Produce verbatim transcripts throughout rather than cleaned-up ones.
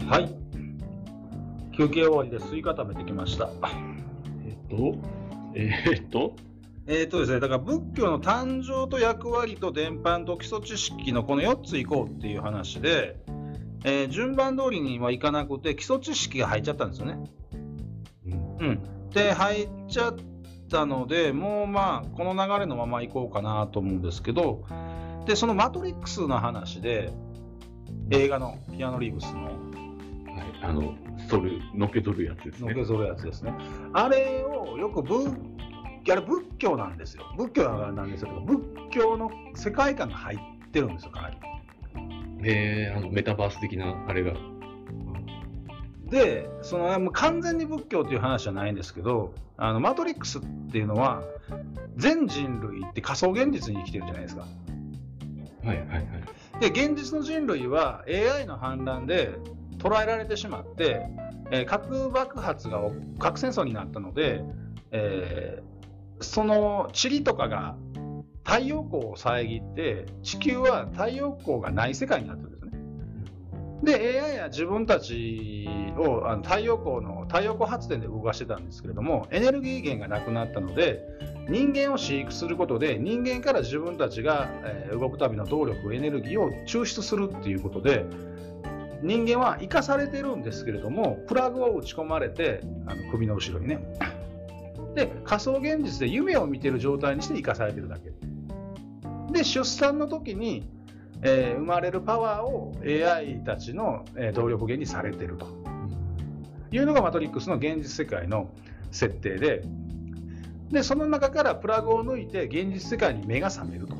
はい。休憩終わりでスイカ食べてきました。 えっと、えー、っと、 えーとですね、だから仏教の誕生と役割と伝播と基礎知識のこのよっついこうっていう話で、えー順番通りにはいかなくて基礎知識が入っちゃったんですよね。 うん、 うん。で、入っちゃったので、もうまあ、この流れのままいこうかなと思うんですけど、で、そのマトリックスの話で、映画のピアノリーブスのはい、あの、それ、のけ取るやつですね。 のけぞるやつですね。あれをよく仏あれ仏教なんですよ。仏教なんですよ。仏教の世界観が入ってるんですよ、かなり。 えー、あの、メタバース的な、あれが。 で、そのもう完全に仏教という話じゃないんですけど、あのマトリックスっていうのは全人類って仮想現実に生きてるじゃないですか。 はいはいはい。 で、現実の人類は エーアイ の反乱で捉えられてしまって、えー核爆発が核戦争になったので、えーその塵とかが太陽光を遮って地球は太陽光がない世界になってるんですね。で エーアイ は自分たちをあの太陽光の太陽光発電で動かしてたんですけれども、エネルギー源がなくなったので人間を飼育することで人間から自分たちが、えー動くための動力エネルギーを抽出するっていうことで、人間は生かされてるんですけれどもプラグを打ち込まれてあの首の後ろにね、で仮想現実で夢を見てる状態にして生かされてるだけで、出産の時に、えー生まれるパワーを エーアイ たちの、えー動力源にされてるというのがマトリックスの現実世界の設定で、でその中からプラグを抜いて現実世界に目が覚めると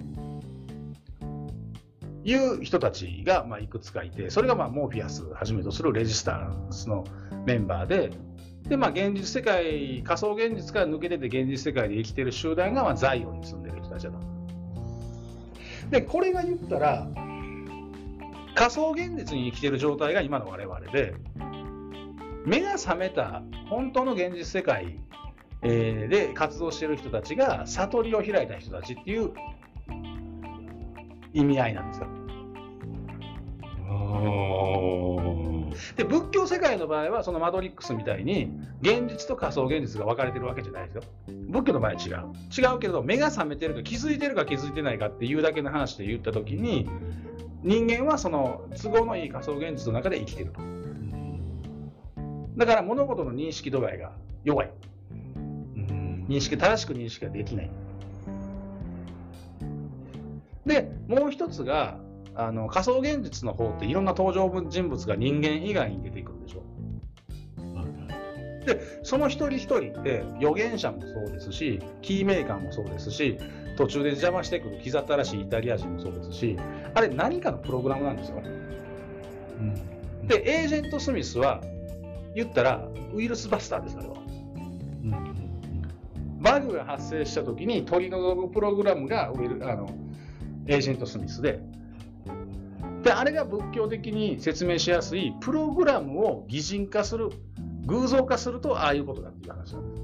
いう人たちが、まあ、いくつかいて、それが、まあ、モーフィアスはじめとするレジスタンスのメンバーで、で、まあ、現実世界、仮想現実から抜け出て現実世界で生きている集団が、まあ、ザイオンに住んでいる人たちだと。で、これが言ったら、仮想現実に生きている状態が今の我々で、目が覚めた本当の現実世界えーで活動している人たちが悟りを開いた人たちっていう意味合いなんですよ。 あーで、仏教世界の場合はそのマトリックスみたいに現実と仮想現実が分かれてるわけじゃないですよ。仏教の場合は違う違うけれど、目が覚めてるか気づいてるか気づいてないかっていうだけの話で言った時に、人間はその都合のいい仮想現実の中で生きてると。だから物事の認識度合いが弱い、 うん認識正しく認識ができない。でもう一つがあの仮想現実の方っていろんな登場人物が人間以外に出てくるでしょ。でその一人一人って預言者もそうですし、キーメーカーもそうですし、途中で邪魔してくる気ざったらしいイタリア人もそうですし、あれ何かのプログラムなんですよ。 うんでエージェント・スミスは言ったらウイルスバスターです。あれはうんバグが発生した時に取り除くプログラムがウイルあのエージェント・スミスで、であれが仏教的に説明しやすいプログラムを擬人化する、偶像化するとああいうことだっていう話なんです。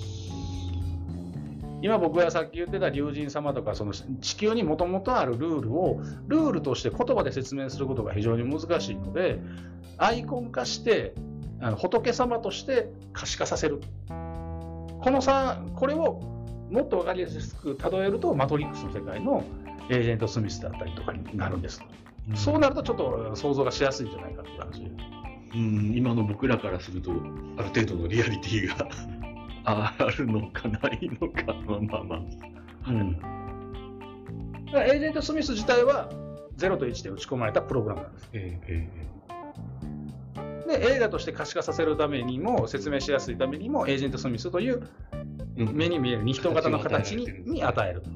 今僕がさっき言ってた龍神様とか、その地球にもともとあるルールをルールとして言葉で説明することが非常に難しいので、アイコン化してあの仏様として可視化させる。このさこれをもっと分かりやすく例えるとマトリックスの世界のエージェント・スミスだったりとかになるんです。 うんそうなるとちょっと想像がしやすいんじゃないかっていう話。 うん今の僕らからするとある程度のリアリティがあるのかないのか、まあまあまあ、 うん、だからエージェント・スミス自体はゼロといちで打ち込まれたプログラムなんです。 ええで映画として可視化させるためにも説明しやすいためにもエージェント・スミスというええ目に見える二人型の形にに与える。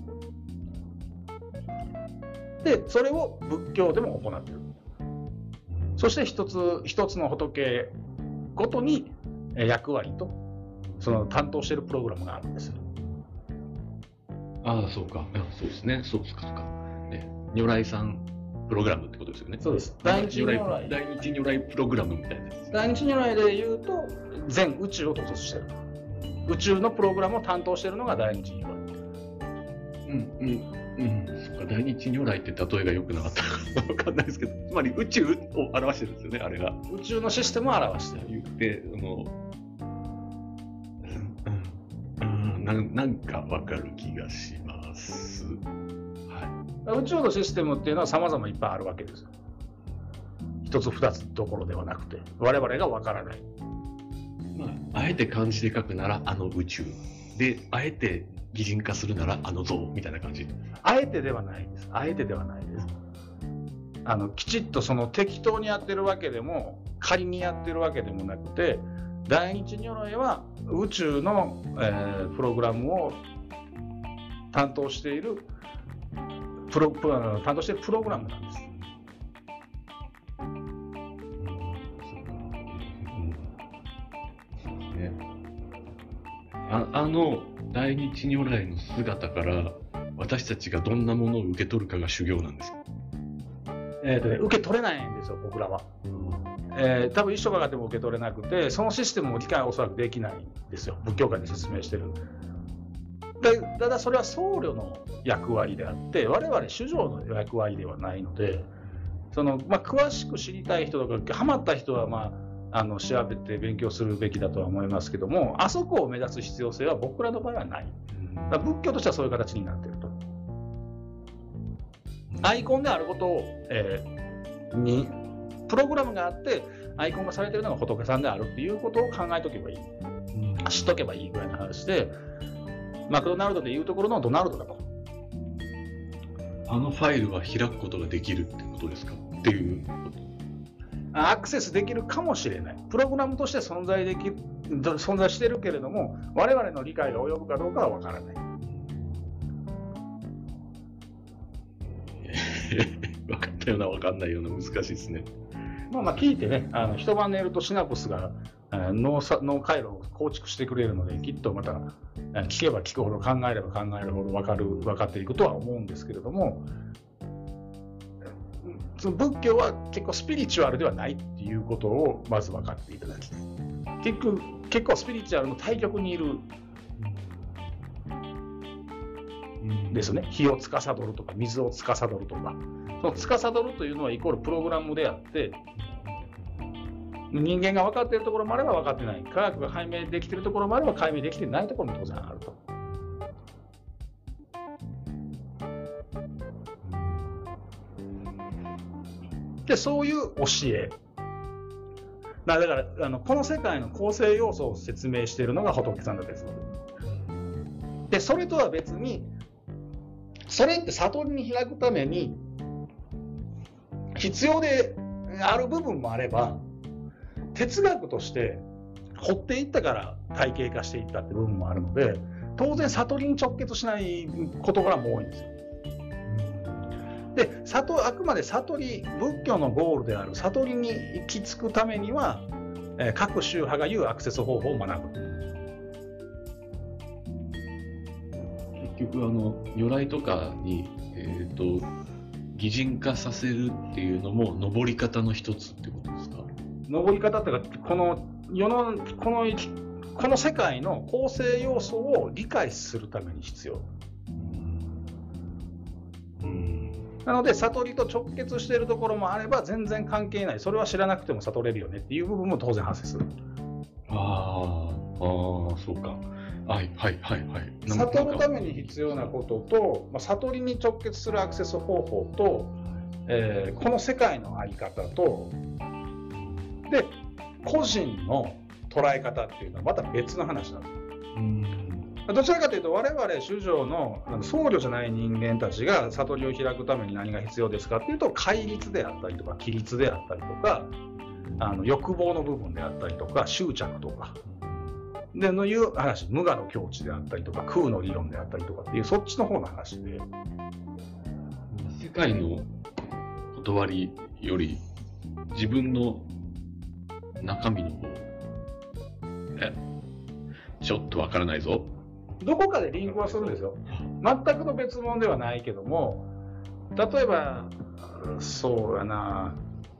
でそれを仏教でも行っている。そして一つ一つの仏ごとに役割とその担当しているプログラムがあるんですよ。 ああそうか、あそうですね、そうですかそうか、ね、如来さんプログラムってことですよね。 そうです。大日如来大日如来プログラムみたいなやつ。 大日如来で言うと全宇宙を統率している。宇宙のプログラムを担当しているのが大日如来。 うんうん。 うん、そっか、大日如来って例えが良くなかったかわかんないですけど、つまり宇宙を表してるんですよね、あれが。 宇宙のシステムを表してる。 言って、あの、うん、うん、ななんかわかる気がします。 はい、宇宙のシステムっていうのは様々いっぱいあるわけですよ。一つ二つどころではなくて、我々がわからない。 まあ、あえて漢字で書くならあの宇宙で、あえて擬人化するならあの像みたいな感じ。 あえてではないです。あえてではないです。あのきちっとその適当にやってるわけでも仮にやってるわけでもなくて、大日如来は宇宙の、えー、プログラムを担当しているプロプロ担当しているプログラムなんです。 あ, あの大日如来の姿から私たちがどんなものを受け取るかが修行なんですか？ えーとね、受け取れないんですよ、僕らは。えー、多分一生かかっても受け取れなくて、そのシステムも理解はおそらくできないんですよ、仏教界で説明してる。でただそれは僧侶の役割であって、我々主情の役割ではないので、その、まあ、詳しく知りたい人とかハマった人は、まあ、あの調べて勉強するべきだとは思いますけども、あそこを目指す必要性は僕らの場合はない。だから仏教としてはそういう形になっていると。アイコンであることを、えー、にプログラムがあってアイコンがされているのが仏さんであるっていうことを考えとけばいい、うん、知っとけばいいぐらいの話で、マクドナルドでいうところのドナルドだと。 あのファイルは開くことができるってことですかっていうこと。 アクセスできるかもしれない。プログラムとして存在できる存在しているけれども、我々の理解が及ぶかどうかは分からない。 分かったような分かんないような難しいですね。 まあまあ聞いてね、あの一晩寝るとシナプスが脳脳回路を構築してくれるので、きっとまた聞けば聞くほど考えれば考えるほど分かる分かっていくとは思うんですけれども、その仏教は結構スピリチュアルではないっていうことをまず分かっていただきたい。結局結構スピリチュアルの対極にいるですね。火を司るとか水を司るとか、その司るというのはイコールプログラムであって、人間が分かっているところもあれば分かってない、科学が解明できているところもあれば解明できていないところも当然あると。でそういう教えだから、あのこの世界の構成要素を説明しているのが仏さんだったりする。でそれとは別に、それって悟りに開くために必要である部分もあれば、哲学として掘っていったから体系化していったって部分もあるので、当然悟りに直結しない事柄も多いんですよ。で悟あくまで悟り、仏教のゴールである悟りに行き着くためには、えー、各宗派が言うアクセス方法を学ぶ。 結局あの如来とかに、えーと、擬人化させるっていうのも登り方の一つってことですか？ 登り方っていうか、この世のこのこの世界の構成要素を理解するために必要。なので悟りと直結しているところもあれば全然関係ない、それは知らなくても悟れるよねっていう部分も当然発生する。 ああ、そうか。はいはいはいはい。 悟るために必要なことと、まあ、悟りに直結するアクセス方法と、えー、この世界の在り方と、で個人の捉え方っていうのはまた別の話なんです。うんどちらかというと、我々主情の僧侶じゃない人間たちが悟りを開くために何が必要ですかっていうと、戒律であったりとか規律であったりとか、あの欲望の部分であったりとか、執着とかでのいう話、無我の境地であったりとか、空の理論であったりとかっていう、そっちの方の話で、 世界の断りより自分の中身の方、えちょっとわからないぞ。 どこかでリンクはするんですよ。全くの別物ではないけども、例えばそうやな、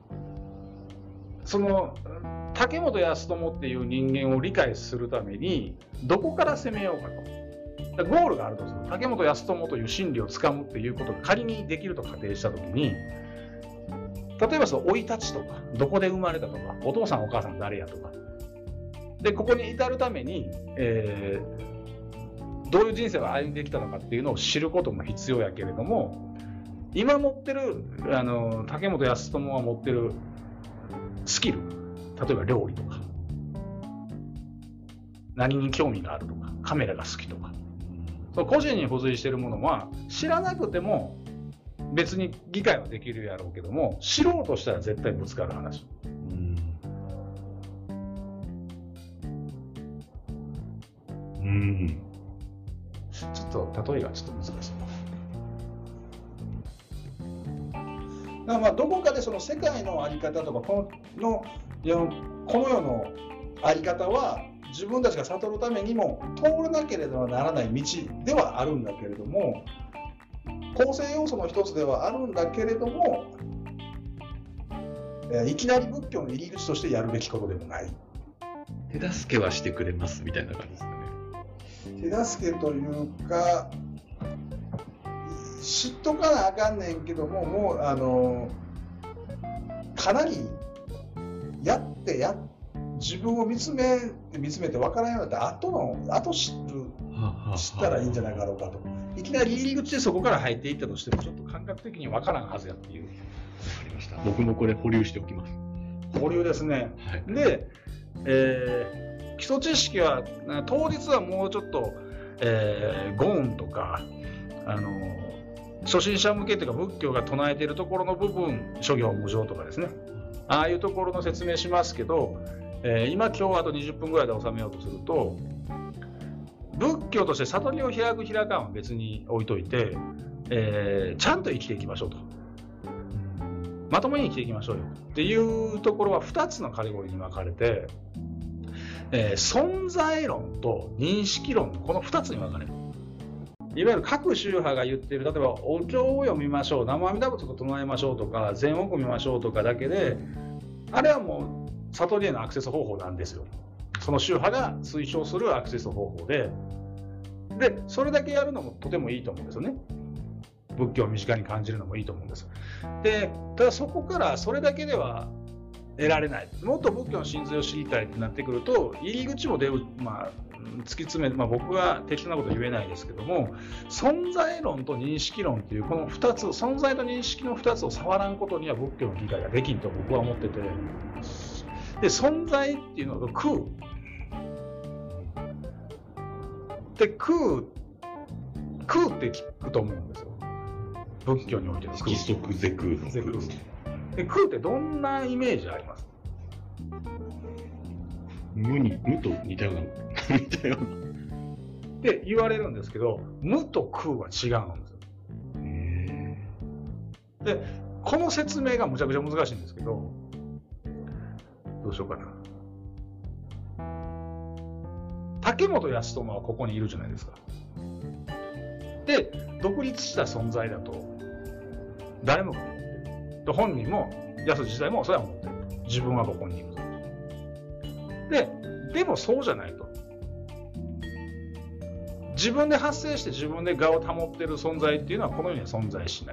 その竹本康友っていう人間を理解するためにどこから攻めようかと。 ゴールがあるとする。竹本康友という真理をつかむっていうことが仮にできると仮定したときに、例えばその生い立ちとか、どこで生まれたとか、お父さんお母さん誰やとか、でここに至るために、えー、どういう人生を歩んできたのかっていうのを知ることも必要やけれども、今持ってるあの竹本康友が持ってるスキル、例えば料理とか、何に興味があるとか、カメラが好きとか、その個人に付随しているものは知らなくても別に理解はできるやろうけども、知ろうとしたら絶対ぶつかる話。 うん、うん、 ちょっと例えがちょっと難しい。だからまあどこかでその世界の在り方とかこののこの世の在り方は自分たちが悟るためにも通らなければならない道ではあるんだけれども、構成要素の一つではあるんだけれども、いきなり仏教の入り口としてやるべきことでもない。 手助けはしてくれますみたいな感じですかね。 手助けというか、知っとかなあかんねんけども、もうあのかなりやってや自分を見つめて見つめて分からんようになった後の後知る知ったらいいんじゃないかろうかと。いきなり入り口でそこから入っていったとしてもちょっと感覚的に分からんはずやっていう。 わかりました。僕もこれ保留しておきます。 保留ですね。 はい、 で、えー、基礎知識は当日はもうちょっと、えー、ゴーンとかあの初心者向けというか仏教が唱えているところの部分、諸行無常とかですね、ああいうところの説明しますけど、えー、今今日あとにじゅっぷんぐらいで収めようとすると、仏教として悟りを開く開かんは別に置いといて、えー、ちゃんと生きていきましょうと、まともに生きていきましょうよっていうところはふたつのカテゴリーに分かれて、えー、存在論と認識論のこのふたつに分かれる。いわゆる各宗派が言っている、例えばお経を読みましょう、南無阿弥陀仏を唱えましょうとか、禅を組みましょうとかだけで、あれはもう悟りへのアクセス方法なんですよ。その宗派が推奨するアクセス方法で、でそれだけやるのもとてもいいと思うんですよね。仏教を身近に感じるのもいいと思うんです。でただそこからそれだけでは得られない、もっと仏教の真髄を知りたいってなってくると、入り口も出る、まあ突き詰め、まあ、僕は適当なことは言えないですけども、存在論と認識論というこのふたつ、存在と認識のふたつを触らんことには仏教の理解ができんと僕は思ってて、で存在っていうのは空で、空空って聞くと思うんですよ、仏教においての空。 規則是空の空です。 で空ってどんなイメージあります？ 無に無と似たような似たようなって言われるんですけど、無と空は違うんですよ。へー。でこの説明がむちゃくちゃ難しいんですけど、どうしようかな。竹本康友はここにいるじゃないですか。で独立した存在だと誰もが思ってる。で本人も康自体もそれは思ってる。自分はここにいると。ででもそうじゃないと。自分で発生して自分で我を保っている存在っていうのはこの世には存在しない。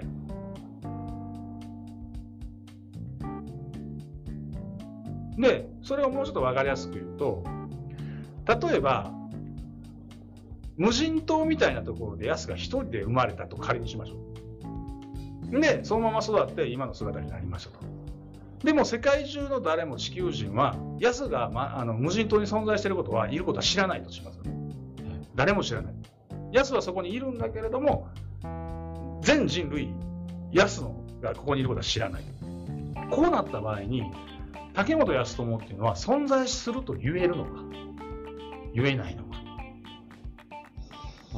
でそれをもうちょっと分かりやすく言うと、例えば無人島みたいなところでヤスが一人で生まれたと仮にしましょう。でそのまま育って今の姿になりましたと。でも世界中の誰も地球人はヤスが、ま、あの無人島に存在していることはいることは知らないとしますよね。誰も知らない。ヤスはそこにいるんだけれども、全人類ヤスのがここにいることは知らない。こうなった場合に竹本康友っていうのは存在すると言えるのか言えないのか。 あ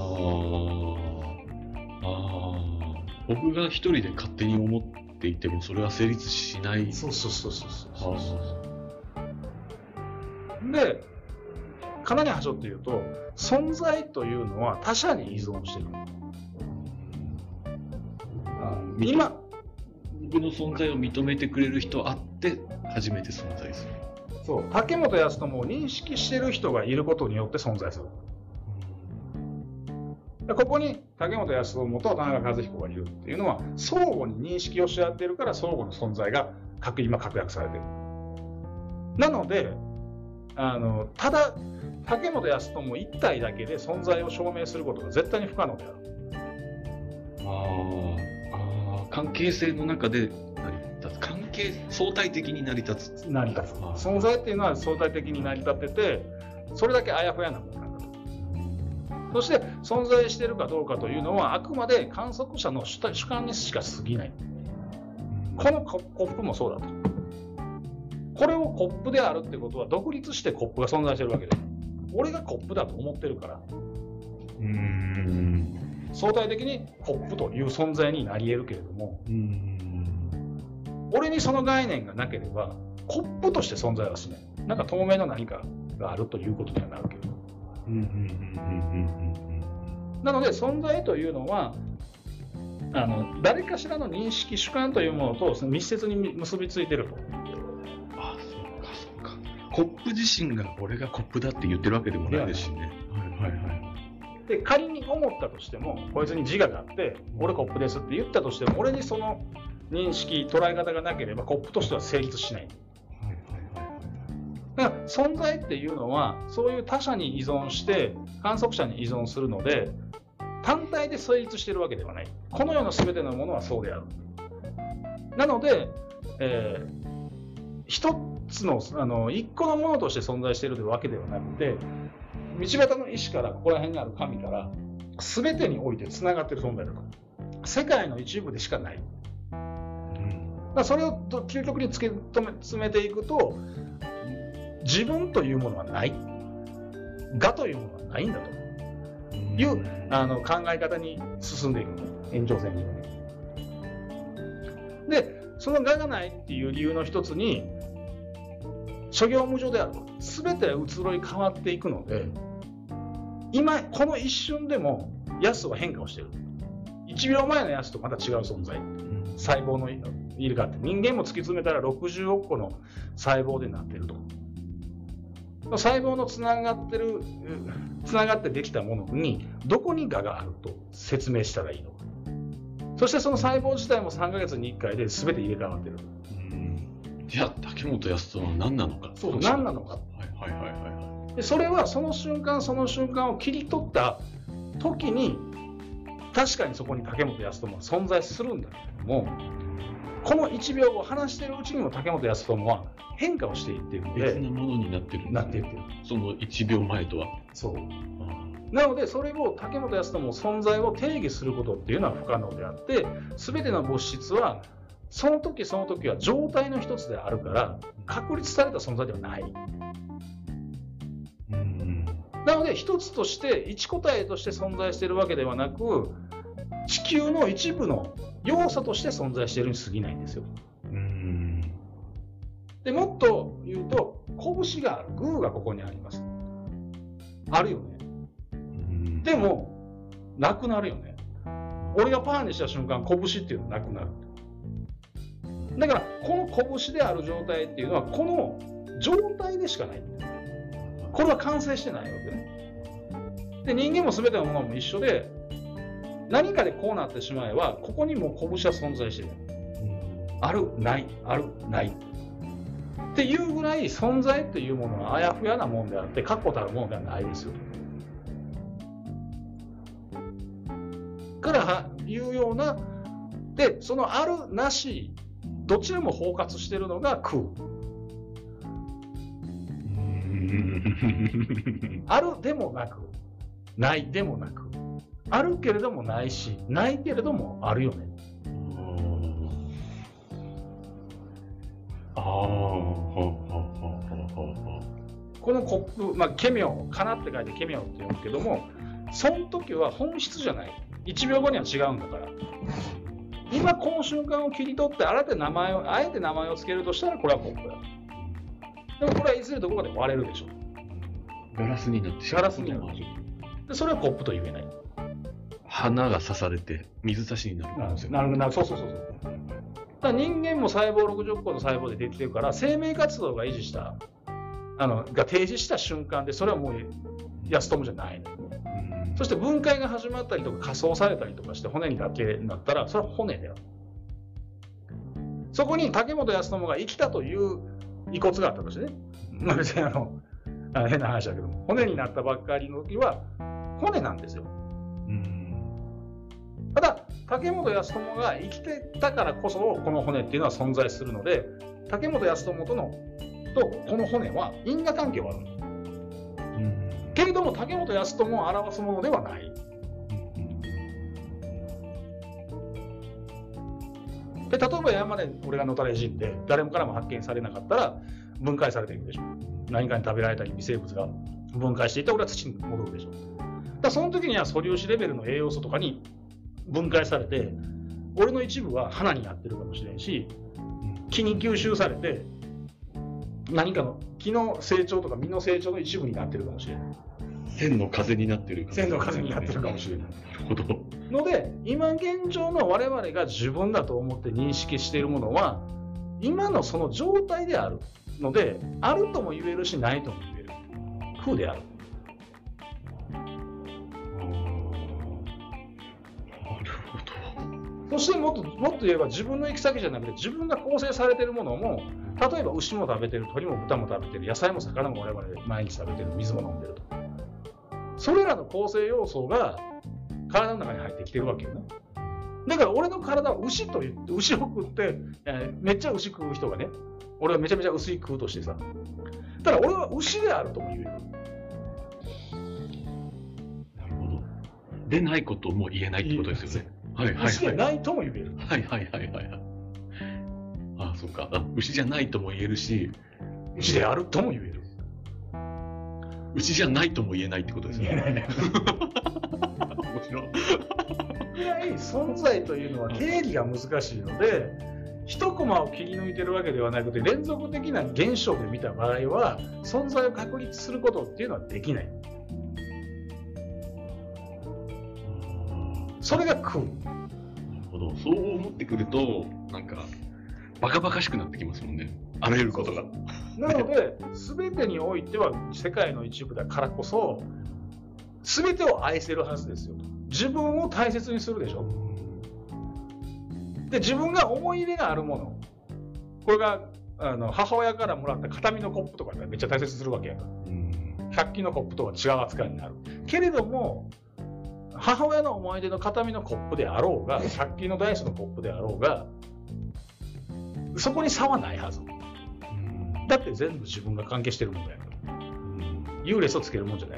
ああ僕が一人で勝手に思っていてもそれは成立しない。 そうそうそうそうそうそう。でかなりはしょって言うと、存在というのは他者に依存している。 今僕の存在を認めてくれる人あって初めて存在する。 そう、竹本康友を認識している人がいることによって存在する。 ここに竹本康友と田中和彦がいるっていうのは相互に認識をし合ってるから相互の存在が今確約されてる。なのであのただ竹本康友一体だけで存在を証明することが絶対に不可能である。 ああ、関係性の中で成り立つ、関係相対的に成り立つ成り立つ存在っていうのは相対的に成り立ってて、それだけあやふやなものなんだと。そして存在しているかどうかというのはあくまで観測者の主観にしか過ぎない。このコップもそうだと。これをコップであるってことは独立してコップが存在してるわけで、俺がコップだと思ってるから、うーん相対的にコップという存在になり得るけれども、うーん俺にその概念がなければコップとして存在はしない。なんか透明の何かがあるということにはなるけど、なので存在というのはあの誰かしらの認識主観というものと密接に結びついていると。 ああ、そうかそうか。コップ自身が俺がコップだって言ってるわけでもないですしね。はいはいはい。 で仮に思ったとしても、こいつに自我があって俺コップですって言ったとしても、俺にその認識捉え方がなければコップとしては成立しない。だから存在っていうのはそういう他者に依存して観測者に依存するので単体で成立しているわけではない。この世の全てのものはそうである。なので、えー、一つの、あの一個のものとして存在しているわけではなくて、道端の石からここら辺にある神から全てにおいてつながっている存在だと。世界の一部でしかない。だからそれを究極に突き止め詰めていくと、自分というものはない、我というものはないんだというあの考え方に進んでいくの、延長線にはね。でその我がないっていう理由の一つに諸行無常であると。全ては移ろい変わっていくので、今この一瞬でもヤスは変化をしている。いちびょうまえのヤスとまた違う存在、細胞のいるかって、人間も突き詰めたらろくじゅうおくこの細胞でなっていると。細胞のつながってるつながってできたものにどこに我があると説明したらいいのか。そしてその細胞自体もさんかげつにいっかいで全て入れ替わってる。 じゃあ竹本康友は何なのか。 そう何なのか。 はいはいはいはい。 でそれはその瞬間その瞬間を切り取った時に確かにそこに竹本康友は存在するんだけども、このいちびょうを話しているうちにも竹本康友は変化をしていっているので、 別なものになってるんですね。 なっていってる。 そのいちびょうまえとは。 そう。なのでそれを竹本康友の存在を定義することっていうのは不可能であって、全ての物質はその時その時は状態の一つであるから確立された存在ではない。うん、なので一つとして一個体として存在しているわけではなく、地球の一部の要素として存在しているに過ぎないんですよ。うん、でもっと言うと拳がある、グーがここにあります。あるよね。うん、でもなくなるよね。俺がパーにした瞬間拳っていうのはなくなる。だからこの拳である状態っていうのはこの状態でしかない。これは完成してないわけね。で人間も全てのものも一緒で、何かでこうなってしまえばここにも拳は存在してる。あるないあるないっていうぐらい存在っていうものはあやふやなもんであって確固たるものではないですよ。からいうようなで、そのあるなしどちらも包括しているのが空。あるでもなくないでもなく、あるけれどもないし、ないけれどもあるよね。ああ、このコップ、まあケミョ、かなって書いてケミョって言うんだけども、その時は本質じゃない。いちびょうごには違うんだから。今この瞬間を切り取ってあえて名前をあえて名前を付けるとしたらこれはコップだ。でもこれはいずれどこかで割れるでしょ。 ガラスになってしまう。 ガラスになる。でそれはコップと言えない。 花が刺されて水差しになる。 なるなるそうそうそうそう。だから人間も細胞ろくじゅっこの細胞でできてるから、生命活動が維持したあのが提示した瞬間でそれはもう安友じゃないの。 そして分解が始まったりとか仮装されたりとかして骨にだけになったらそれは骨だよ。そこに竹本康友が生きたという遺骨があったとしてね、まあ、別にあのあ変な話だけども骨になったばっかりの時は骨なんですよ。ただ竹本康友が生きてたからこそこの骨っていうのは存在するので、竹本康友とのとこの骨は因果関係はあるんです。けれども竹本康友を表すものではない。で例えば山で俺が野垂れ死んで誰もからも発見されなかったら分解されていくでしょ。何かに食べられたり微生物が分解していって俺は土に戻るでしょ。だからその時には素粒子レベルの栄養素とかに分解されて俺の一部は花になってるかもしれんし、木に吸収されて何かの木の成長とか実の成長の一部になってるかもしれない。 千の風になってるかもしれない。 千の風になってるかもしれない。 なるほど。 ので今現状の我々が自分だと思って認識しているものは今のその状態であるので、あるとも言えるしないとも言える風である。そしてもっともっと言えば自分の行き先じゃなくて自分が構成されているものも、例えば牛も食べてる、鳥も豚も食べてる、野菜も魚も我々毎日食べてる、水も飲んでると、それらの構成要素が体の中に入ってきてるわけよね。だから俺の体は牛と言って牛を食って、えー、めっちゃ牛食う人がね、俺はめちゃめちゃ牛食うとしてさ、ただ俺は牛であるとも言える。 なるほど。でないことも言えないってことですよね。はいはいはい、 牛でないとも言える。 はいはいはいはい。ああ、そうか。あ、牛じゃないとも言えるし、 牛であるとも言える。 牛じゃないとも言えないってことですよね。面白い。 ぐらい存在というのは定義が難しいので、一コマを切り抜いてるわけではなくて、連続的な現象で見た場合は存在を確立することっていうのはできない。それが空。なるほど。そう思ってくるとなんかバカバカしくなってきますもんね、あらゆることが。 なので全てにおいては世界の一部だからこそ全てを愛せるはずですよと。自分を大切にするでしょ。で自分が思い入れがあるもの、これがあの母親からもらった形見のコップとかめっちゃ大切にするわけやから、ひゃっ均のコップとは違う扱いになるけれども、母親の思い出の形見のコップであろうが、ひゃっ均のダイスのコップであろうが、そこに差はないはず。だって全部自分が関係してるものやから、優劣をつけるもんじゃない。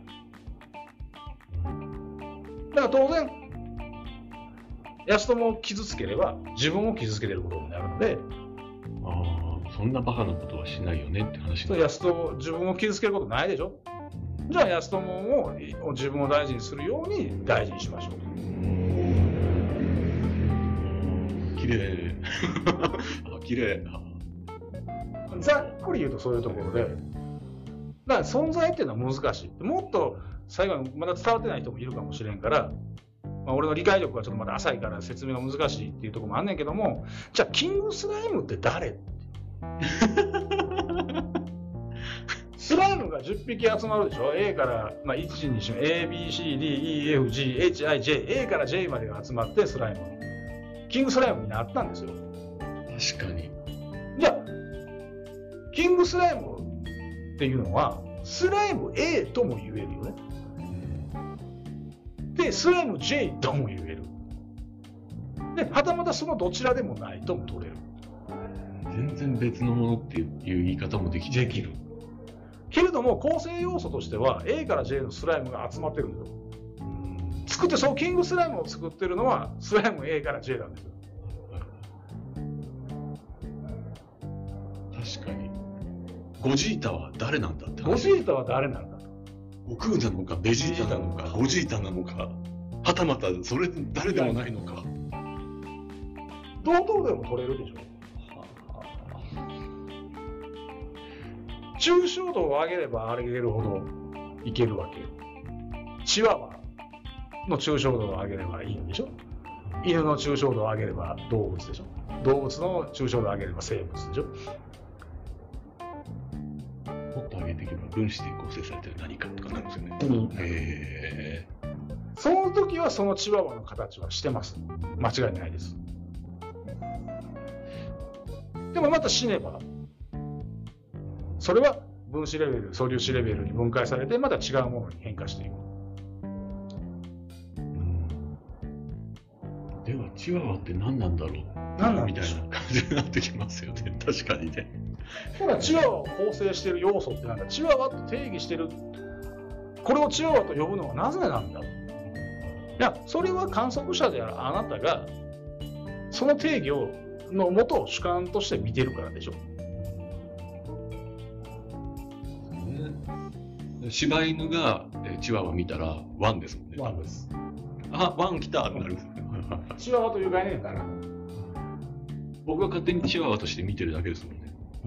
だから当然安友を傷つければ自分を傷つけてることになるので、 ああ、そんなバカなことはしないよねって話になる。 安友自分を傷つけることないでしょ。じゃあ安友を自分を大事にするように大事にしましょう。 綺麗。あ、綺麗。 ざっくり言うとそういうところで、だから存在っていうのは難しい。もっと最後にまだ伝わってない人もいるかもしれんから、まあ、俺の理解力がちょっとまだ浅いから説明が難しいっていうところもあんねんけども、じゃあキングスライムって誰？スライムがじゅっぴき集まるでしょ。 A から、まあ、いちにしろ エービーシーディーイーエフジーエイチアイジェイ、 A から J までが集まってスライム、キングスライムになったんですよ。 確かに。 じゃあキングスライムっていうのはスライム A とも言えるよね。でスライム J とも言える。ではたまたそのどちらでもないとも取れる。 全然別のものっていう言い方もできできる。けれども構成要素としては A から J のスライムが集まってるんですよ。作ってそのキングスライムを作ってるのはスライム A から J なんですよ。 確かに。ゴジータは誰なんだって話。 ゴジータは誰なんだと。 悟空なのかベジータなのかゴジータなのか、はたまたそれ誰でもないのか。 堂々でも取れるでしょ。抽象度を上げれば上げるほどいけるわけよ。チワワの抽象度を上げればいいんでしょ。犬の抽象度を上げれば動物でしょ。動物の抽象度を上げれば生物でしょ。 もっと上げていけば分子で構成されてる何かとかなんですよね。 うん、 へーその時はそのチワワの形はしてます。間違いないです。でもまた死ねばそれは分子レベル、素粒子レベルに分解されてまた違うものに変化していく。 ではチワワって何なんだろう何なんみたいな感じになってきますよね。確かにね。 ただチワワを構成している要素ってなんだ。チワワと定義してる、これをチワワと呼ぶのはなぜなんだ。いや、それは観測者であるあなたがその定義をの元を主観として見てるからでしょ。 柴犬がチワワ見たらワンですもんね。 ワンです。 あ、ワン来たってなるんですよね。 チワワという概念から。 僕が勝手にチワワとして見てるだけですもんね。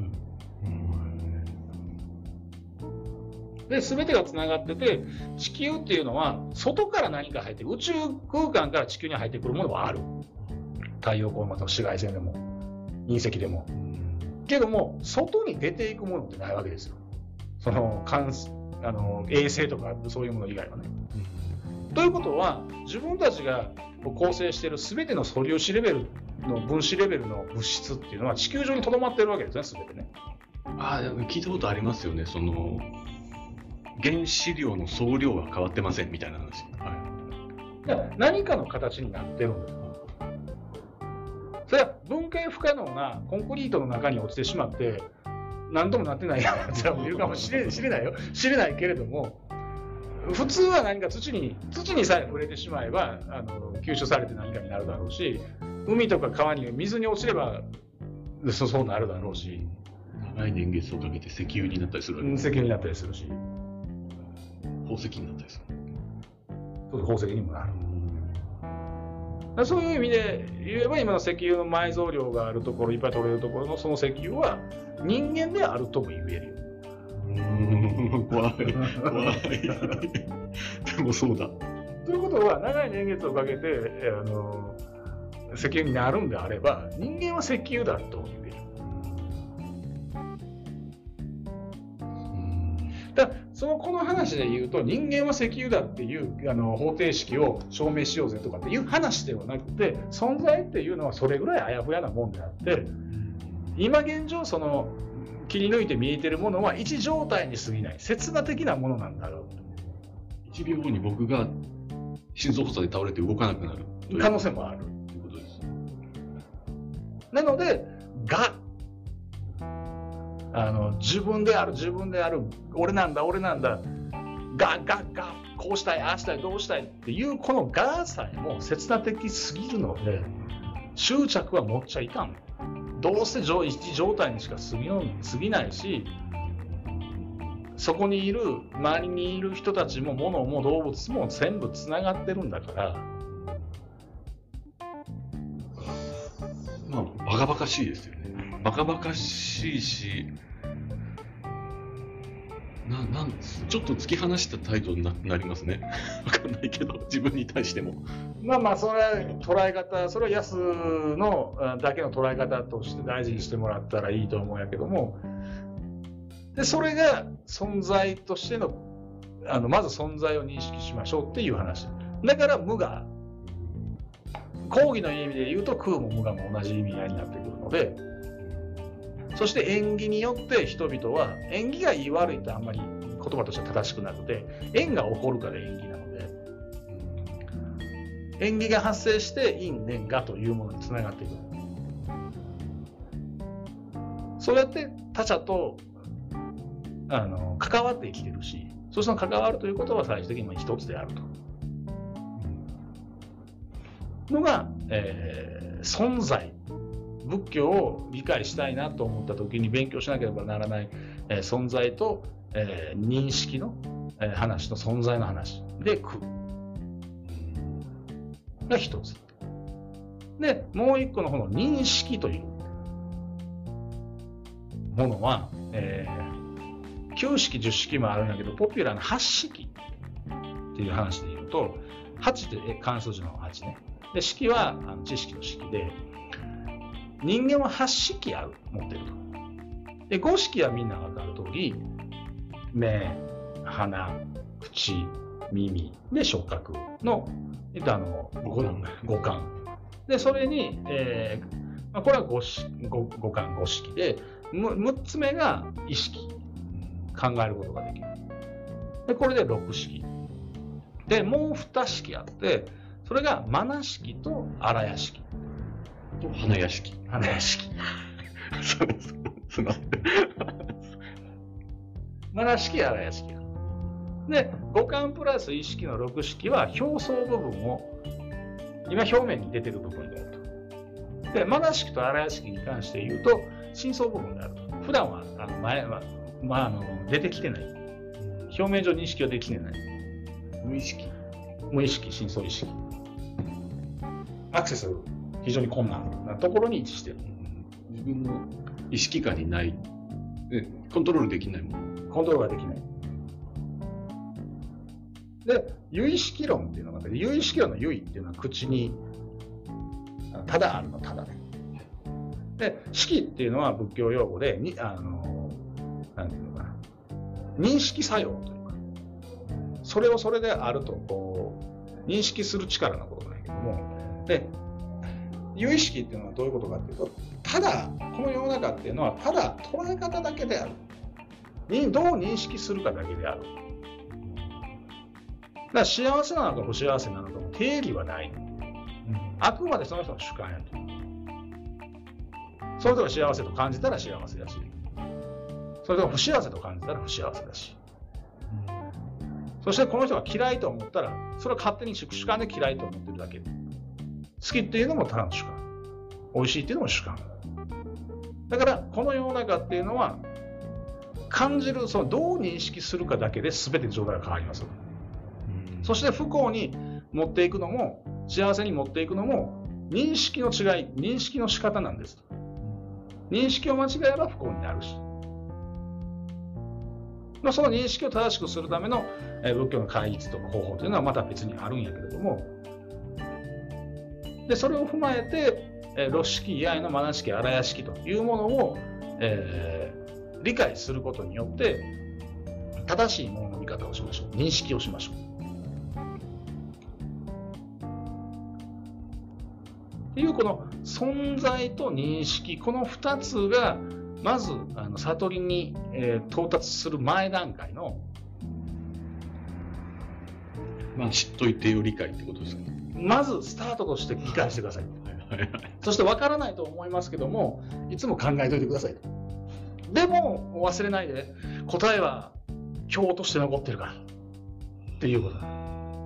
うん、で、全てがつながってて、地球っていうのは外から何か入ってくる、宇宙空間から地球に入ってくるものはある。太陽光または紫外線でも隕石でも。けども外に出ていくものってないわけですよ。その観あの衛星とかそういうもの以外はね。うん、ということは自分たちが構成している全ての素粒子レベルの分子レベルの物質っていうのは地球上にとどまってるわけですね、全てね。 ああ、聞いたことありますよね。その原子量の総量は変わってませんみたいな話。 はい、だから何かの形になってるんです。それは分解不可能なコンクリートの中に落ちてしまって何ともなってないやつらもいるかもしれないよ、知れないけれども、普通は何か土に土にさえ触れてしまえばあの吸収されて何かになるだろうし、海とか川に水に落ちればそそうなるだろうし、 長い年月をかけて石油になったりするわけです。 石油になったりするし、 宝石になったりする。 宝石にもなる。そういう意味で言えば今の石油の埋蔵量があるところ、いっぱい取れるところのその石油は人間であるとも言えるよ。 うーん、怖い怖いでもそうだ。 ということは長い年月をかけてあの石油になるんであれば人間は石油だと言える。だからそのこの話で言うと人間は石油だっていうあの方程式を証明しようぜとかっていう話ではなくて、存在っていうのはそれぐらいあやふやなもんであって、今現状その切り抜いて見えてるものは一状態に過ぎない刹那的なものなんだろう。 いちびょうごに僕が心臓発作で倒れて動かなくなる可能性もあるということです。 なのでがあの自分である自分である俺なんだ俺なんだがががこうしたいああしたいどうしたいっていうこのがさえも刹那的すぎるので執着は持っちゃいかん。どうせ一状態にしか過ぎの過ぎないし、そこにいる周りにいる人たちも物も動物も全部つながってるんだから、 まあバカバカしいですよね。バカバカしいし、ななんちょっと突き放した態度に な, なりますね。わかんないけど自分に対しても。 まあまあそれは捉え方、それは安のだけの捉え方として大事にしてもらったらいいと思うんやけども、でそれが存在としてのあのまず存在を認識しましょうっていう話だから、無我講義の意味で言うと空も無我も同じ意味合いになってくるので、そして縁起によって人々は縁起がいい悪いってあんまり言葉としては正しくなくて、縁が起こるから縁起なので、縁起が発生して因縁我というものにつながっていく。そうやって他者とあの関わって生きてるし、そして関わるということは最終的に一つであるとのが、えー、存在。仏教を理解したいなと思った時に勉強しなければならない、えー、存在と、えー、認識の、えー、話と存在の話で空が一つで、もう一個の方の認識というものは、えー、きゅう式じゅっ式もあるんだけど、ポピュラーなはち式っていう話で言うと、はちって漢数字のはちね、で式はあの知識の式で、人間ははち式ある持ってると。でご式はみんな分かる通り、 目、鼻、口、耳で触覚のあの五感五感で、それに、えーまあ、これは 五, 五, 五感五識で、むっつめが意識、考えることができる。でこれで六識で、もうに式あって、それがマナ式とアラヤ式と花屋敷。 花屋式そうそうそうなんでマナ式、アラヤ式で、五感プラス意識の六式は表層部分を今表面に出てる部分であると。でマナ式とアラヤ式に関して言うと深層部分であると。普段はあの前は、まあ、あの出てきてない、表面上認識はできてない、 無意識無意識、深層意識、アクセス非常に困難なところに位置している。 自分の意識下にないでコントロールできないもん。 コントロールができない。で有意識論っていうのがあって、有意識論の有意っていうのは口にただあるのただね。で識っていうのは仏教用語でにあのなんていうのかな、認識作用というか、それをそれであるとこう認識する力のことなんだけども、で有意識っていうのはどういうことかっていうと、ただこの世の中っていうのはただ捉え方だけである、どう認識するかだけである。だから幸せなのか不幸せなのかも定義はない、うん、あくまでその人の主観やと。その人が幸せと感じたら幸せだし、それとも不幸せと感じたら不幸せだし、うん、そしてこの人が嫌いと思ったらそれは勝手に主観で嫌いと思ってるだけ。好きっていうのもただの主観、美味しいっていうのも主観だから、この世の中っていうのは感じる、そのどう認識するかだけで全て状態が変わります。そして不幸に持っていくのも幸せに持っていくのも認識の違い、認識の仕方なんです。認識を間違えば不幸になるし、まあ、その認識を正しくするための、えー、仏教の戒律とか方法というのはまた別にあるんやけれども、でそれを踏まえて、えー、六式以外のマナ式、アラヤ式というものを、えー、理解することによって正しいものの見方をしましょう。認識をしましょう。っていうこの存在と認識、このふたつがまずあの悟りに、えー、到達する前段階の、 まあ知っといてよ理解ってことですかね。 まずスタートとして理解してください。そして分からないと思いますけども、いつも考えておいてください。でも忘れないで、答えは経として残ってるからっていうことだ。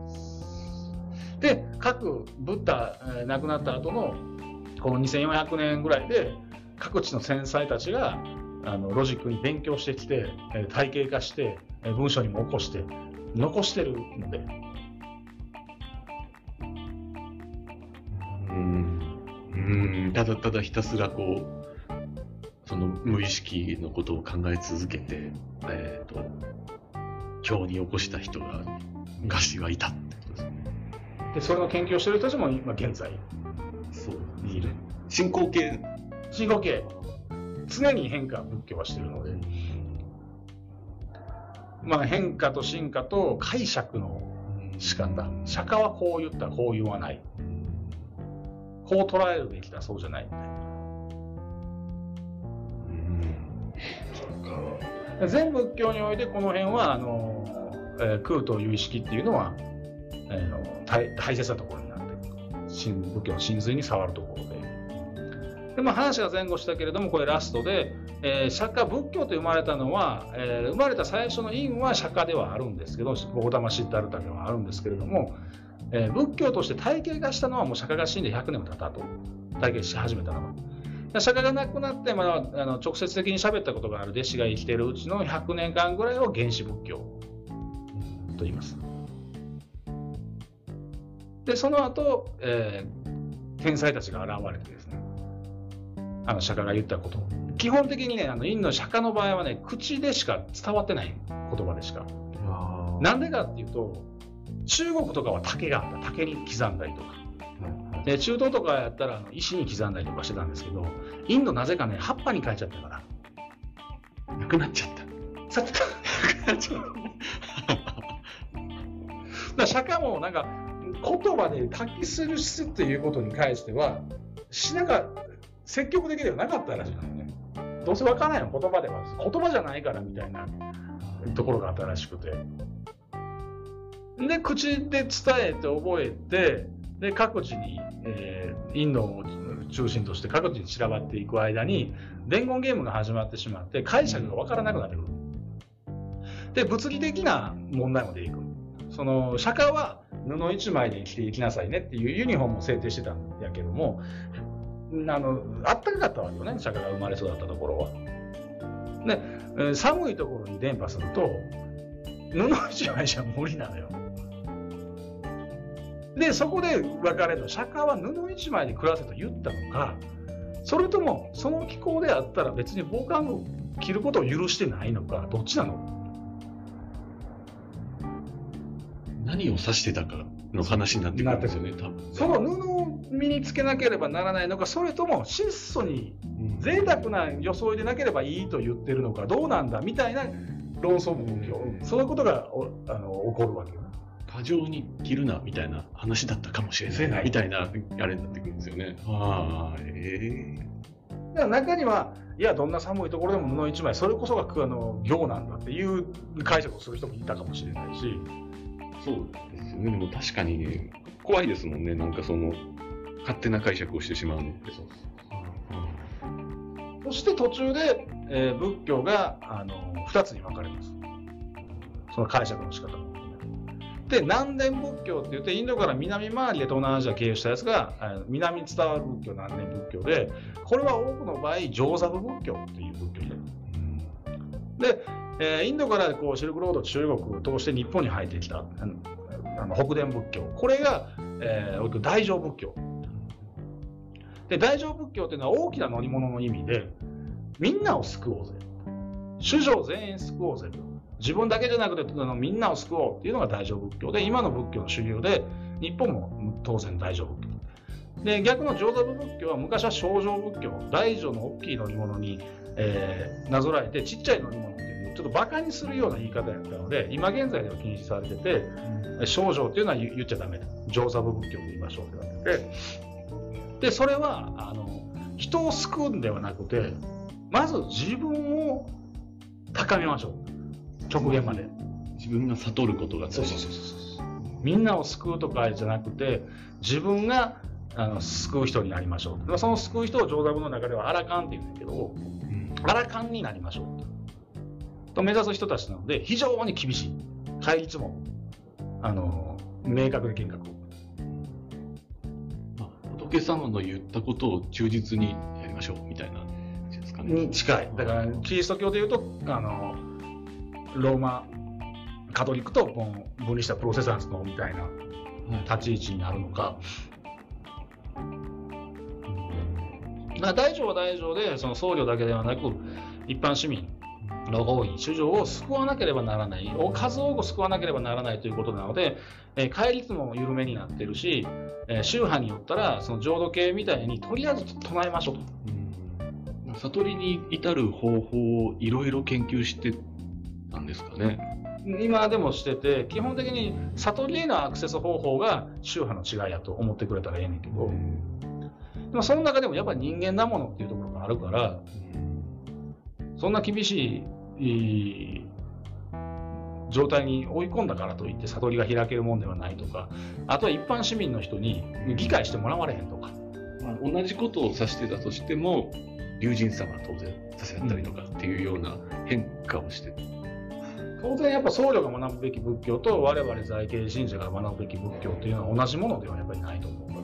で各ブッダ、えー、亡くなった後のこのにせんよんひゃくねんぐらいで各地の天才たちがあのロジックに勉強してきて、えー、体系化して、えー、文章にも起こして残してるので、 うんうんただただひたすらこうその無意識のことを考え続けて、えー、と経に起こした人が昔はいたってことですね。 でそれの研究をしている人たちも今現在そういる。 進行形進行形常に変化、仏教はしているので、まあ、変化と進化と解釈の仕方、釈迦はこう言ったこう言わない、こう捉えるべきだそうじゃないみたいな、うん、全仏教においてこの辺はあの、えー、空という意識っていうのはえー、の 大, 大切なところになっている。仏教の真髄に触るところで、で、まあ、話が前後したけれどもこれラストで、えー、釈迦仏教と生まれたのは、えー、生まれた最初の因は釈迦ではあるんですけど、ゴタマシッダルタではあるんですけれども、えー、仏教として体系化したのはもう釈迦が死んでひゃくねんも経ったと体系し始めたのは、釈迦が亡くなって、まあ、あの直接的に喋ったことがある弟子が生きているうちのひゃくねんかんぐらいを原始仏教と言います。でその後、えー、天才たちが現れてですね、あの釈迦が言ったことを基本的にね、あのインドの釈迦の場合はね、口でしか伝わってない言葉でしか。なんでかっていうと、中国とかは竹があった、竹に刻んだりとか、で中東とかやったらあの石に刻んだりとかしてたんですけど、インドなぜかね葉っぱに変えちゃったからなくなっちゃったさてたら釈迦もなんか言葉で書き記すっていうことに関してはしなんか積極的ではなかったらしいのね。どうせわからないの言葉では言葉じゃないからみたいなところがあったらしくて、で口で伝えて覚えて、で各地に、えー、インドを中心として各地に散らばっていく間に伝言ゲームが始まってしまって解釈がわからなくなってくる。で物理的な問題も出てくる。その釈迦は布一枚で生きていきなさいねっていうユニフォームを制定してたんやけども、あのあったかかったわけよね、釈迦が生まれ育ったところは。で寒いところに伝播すると布一枚じゃ無理なのよ。でそこで分かれるの、釈迦は布一枚で暮らせと言ったのか、それともその気候であったら別に防寒具を着ることを許してないのか、どっちなの？ 何を指してたかの話になってくるんですよね、多分。 その布を身につけなければならないのか、それとも質素に贅沢な装いでなければいいと言ってるのか、どうなんだみたいな論争も起きる、うん、そういうことがあの起こるわけよ。 過剰に着るなみたいな話だったかもしれないみたいなあれになってくるんですよね。ああ、ええー。 だから中には、いやどんな寒いところでも布一枚、それこそがあの行なんだっていう解釈をする人もいたかもしれないし。 そうですよね。でも確かにね、怖いですもんね。なんかその勝手な解釈をしてしまうのって。そうそして途中で、えー、仏教があのふたつに分かれます。その解釈の仕方で、南伝仏教って言ってインドから南回りで東南アジア経由したやつが南に伝わる仏教、南伝仏教で、これは多くの場合上座部仏教っていう仏教で、で、えー、インドからこうシルクロード中国を通して日本に入ってきたあのあの北伝仏教、これが、えー、大乗仏教で、大乗仏教っていうのは大きな乗り物の意味で、みんなを救おうぜ、衆生全員救おうぜ、自分だけじゃなくてあのみんなを救おうっていうのが大乗仏教で、今の仏教の主流で、日本も当然大乗仏教で、逆の上座部仏教は昔は小乗仏教、大乗の大きい乗り物に、えー、なぞらえてちっちゃい乗り物っていうちょっとバカにするような言い方やったので、今現在では禁止されてて、うん、小乗っていうのは言っちゃダメだ、上座部仏教と言いましょうって言われてて、でそれはあの人を救うんではなくて、まず自分を高めましょう、極限まで。 自分が悟ることが大事。 そうそうそうそう。みんなを救うとかじゃなくて、自分があの救う人になりましょう。その救う人を上座部の中ではアラカンって言うんだけど、うん、アラカンになりましょうと目指す人たちなので、非常に厳しい。戒律もあの明確で厳格。 まあ、仏様の言ったことを忠実にやりましょうみたいなですかね。 に近い。だからキリスト教でいうとあのローマカトリックと分離したプロテスタントみたいな立ち位置になるのか。だから大乗は大乗で、その僧侶だけではなく一般市民の多い衆生を救わなければならない、数多く救わなければならないということなので、えー、戒律も緩めになってるし、えー、宗派によったらその浄土系みたいにとりあえず唱えましょうと。 うん、悟りに至る方法をいろいろ研究してたんですかね。 今でもしてて、基本的に悟りへのアクセス方法が宗派の違いやと思ってくれたらええねんけど、でもその中でもやっぱり人間なものっていうところがあるから、そんな厳しい状態に追い込んだからといって悟りが開けるもんではないとか、あとは一般市民の人に理解してもらわれへんとか、 まあ、同じことを指してたとしても龍神様は当然させたりとかっていうような変化をして、 うん、当然やっぱ僧侶が学ぶべき仏教と我々在家信者が学ぶべき仏教っていうのは同じものではやっぱりないと思うから。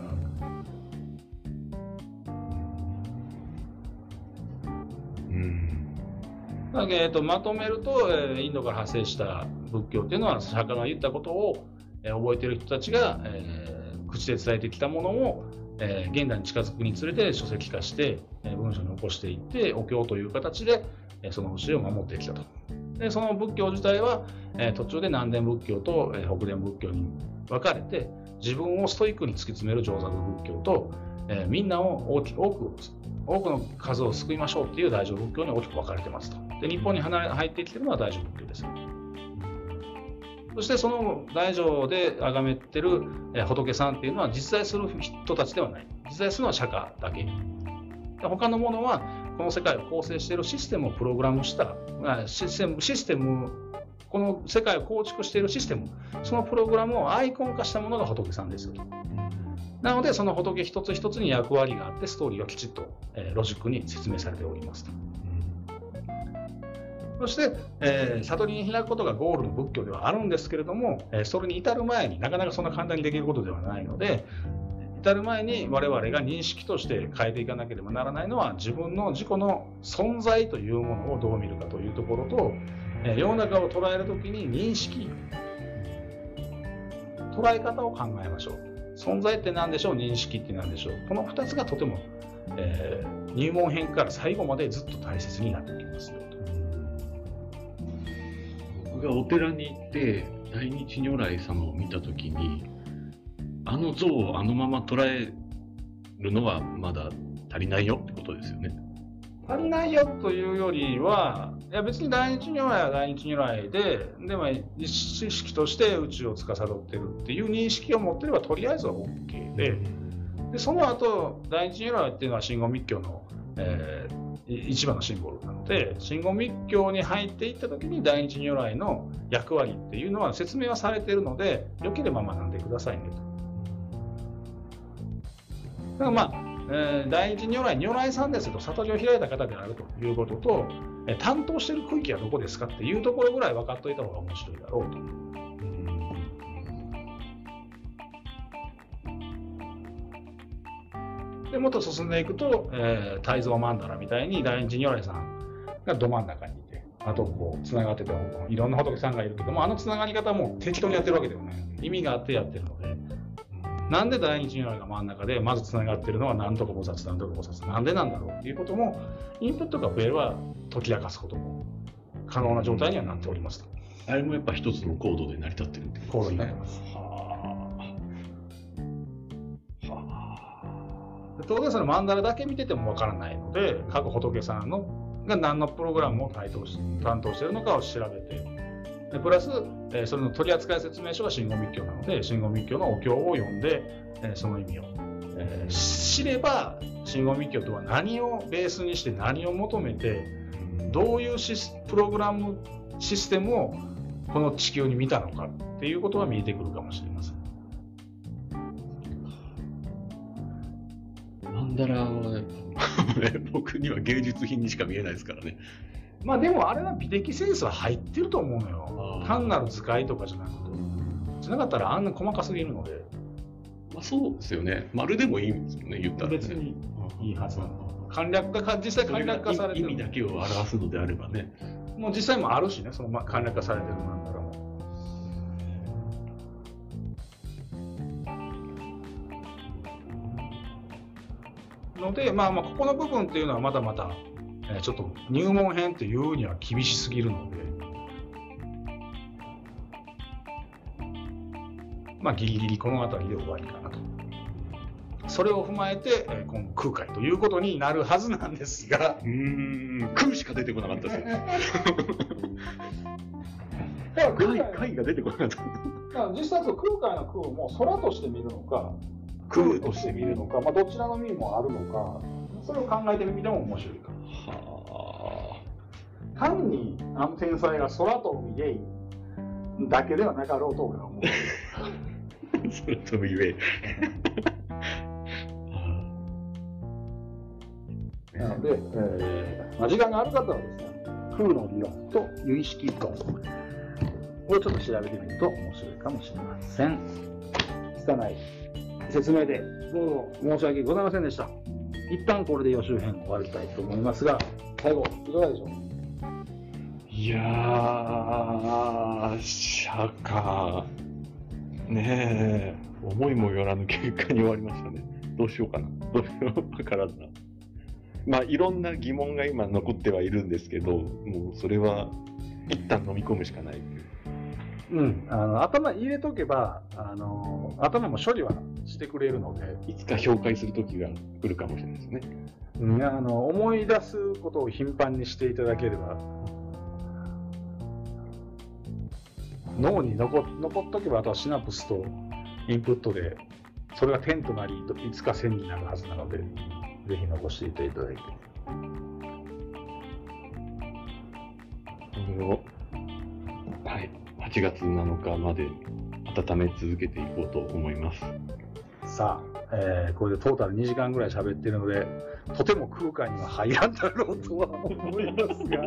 だけどまとめると、インドから派生した仏教っていうのは釈迦が言ったことを覚えている人たちが、えー、口で伝えてきたものを、えー、現代に近づくにつれて書籍化して文章に起こしていってお経という形でその教えを守ってきたと。でその仏教自体は、えー、途中で南伝仏教と、えー、北伝仏教に分かれて、自分をストイックに突き詰める上座部仏教と、えー、みんなを大き多く多くの数を救いましょうっていう大乗仏教に大きく分かれてますと。で日本に入ってきているのは大乗仏教です。 そしてその大乗で崇めてる仏さんっていうのは実在する人たちではない。実在するのは釈迦だけ。他のものはこの世界を構成しているシステムをプログラムしたシステム、システムこの世界を構築しているシステム、そのプログラムをアイコン化したものが仏さんですよと。なのでその仏一つ一つに役割があってストーリーはきちっと、えー、ロジックに説明されておりますと。そして、えー、悟りに開くことがゴールの仏教ではあるんですけれども、えー、それに至る前になかなかそんな簡単にできることではないので、至る前に我々が認識として変えていかなければならないのは自分の自己の存在というものをどう見るかというところと、えー、世の中を捉えるときに認識、捉え方を考えましょう。存在って何でしょう、認識って何でしょう。このふたつがとても、えー、入門編から最後までずっと大切になってきますよと。 僕がお寺に行って大日如来様を見たときに、あの像をあのまま捉えるのはまだ足りないよってことですよね。 足りないよというよりは、いや別に大日如来は大日如来で、でも意識として宇宙を司っているっていう認識を持っていればとりあえずは OK で、でその後大日如来っていうのは真言密教の、えー、一番のシンボルなので、真言密教に入っていった時に大日如来の役割っていうのは説明はされているので、良ければ学んでくださいねと。だからまあ、えー、大日如来、如来さんですと悟りを開いた方であるということと、えー、担当している区域はどこですかっていうところぐらい分かっておいた方が面白いだろうと。でもっと進んでいくと、えー、泰造曼荼羅みたいに大日如来さんがど真ん中にいて、あとこうつながってていろんな仏さんがいるけども、あのつながり方も適当にやってるわけではない、意味があってやってるので。なんで大日如来が真ん中でまずつながっているのは何とか菩薩何とか菩薩なんでなんだろうっていうこともインプットが増えれば解き明かすことも可能な状態にはなっておりますと。 あれもやっぱ一つのコードで成り立ってるってことですね。 コードになります。 はあ。 当然その曼荼羅だけ見ててもわからないので、各仏さんのが何のプログラムを担当し担当しているのかを調べて、でプラス、えー、それの取扱説明書が真言密教なので、真言密教のお経を読んで、えー、その意味を、えー、知れば、真言密教とは何をベースにして何を求めて、どういうシスプログラムシステムをこの地球に見たのかっていうことが見えてくるかもしれません。 曼荼羅は僕には芸術品にしか見えないですからね。 まあでもあれは美的センスは入ってると思うのよ。単なる図解とかじゃなくて。じゃなかったらあんな細かすぎるので。 まあそうですよね。丸でもいいんですよね、言ったら、ね。 別にいいはずなの。簡略化、実際簡略化されてる。 意味だけを表すのであればね。 もう実際もあるしね、その簡略化されてるなんだらも。ので、まあまあここの部分っていうのはまだまだちょっと入門編っていうには厳しすぎるので、まあギリギリこの辺りで終わりかなと。それを踏まえて今後空海ということになるはずなんですが、 うーん、空しか出てこなかったですよ。だから空海が出てこなかった。だから実際空海の空をもう空として見るのか、空として見るのか、まあどちらの意味もあるのか、それを考えてみても面白いか。はあ。単にあの天才が空と海でだけではなかろうと俺は思う。 空と海で。 なので、えーまあ、時間がある方はですね、空の理論と有意識論をちょっと調べてみると面白いかもしれません。拙い説明でどうも申し訳ございませんでした。一旦これで予習編終わりたいと思いますが、最後いかがでしょう。 いやー、釈迦ねえ、思いもよらぬ結果に終わりましたね。どうしようかな、どうしようわからんな。まあいろんな疑問が今残ってはいるんですけど、もうそれは一旦飲み込むしかない。 うん、あの頭に入れとけばあの頭も処理はしてくれるので、 いつか評価する時が来るかもしれないですね。 うん、あの思い出すことを頻繁にしていただければ、 脳に残残っとけば、あとはシナプスとインプットでそれが点となりいつか線になるはずなので、ぜひ残していていただいて、 それを、はい、はちがつなのかまで温め続けていこうと思います。 さあ、えー、これでトータルにじかんぐらい喋ってるので、とても空間には入らんだろうとは思いますが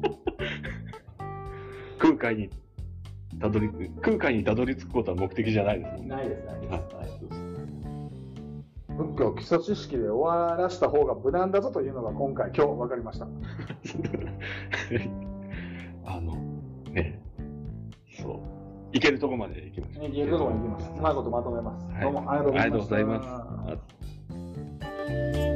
空海にたどり空海にたどり着くことは目的じゃないですもんね。 ないですないです、 はいはい、仏教基礎知識で終わらした方が無難だぞというのが今回今日分かりましたあのね、そういけるとこまで行きましょう。 いけるとこまで行きます。うまいことまとめます。 はい、 どうもありがとうございました。 ありがとうございます。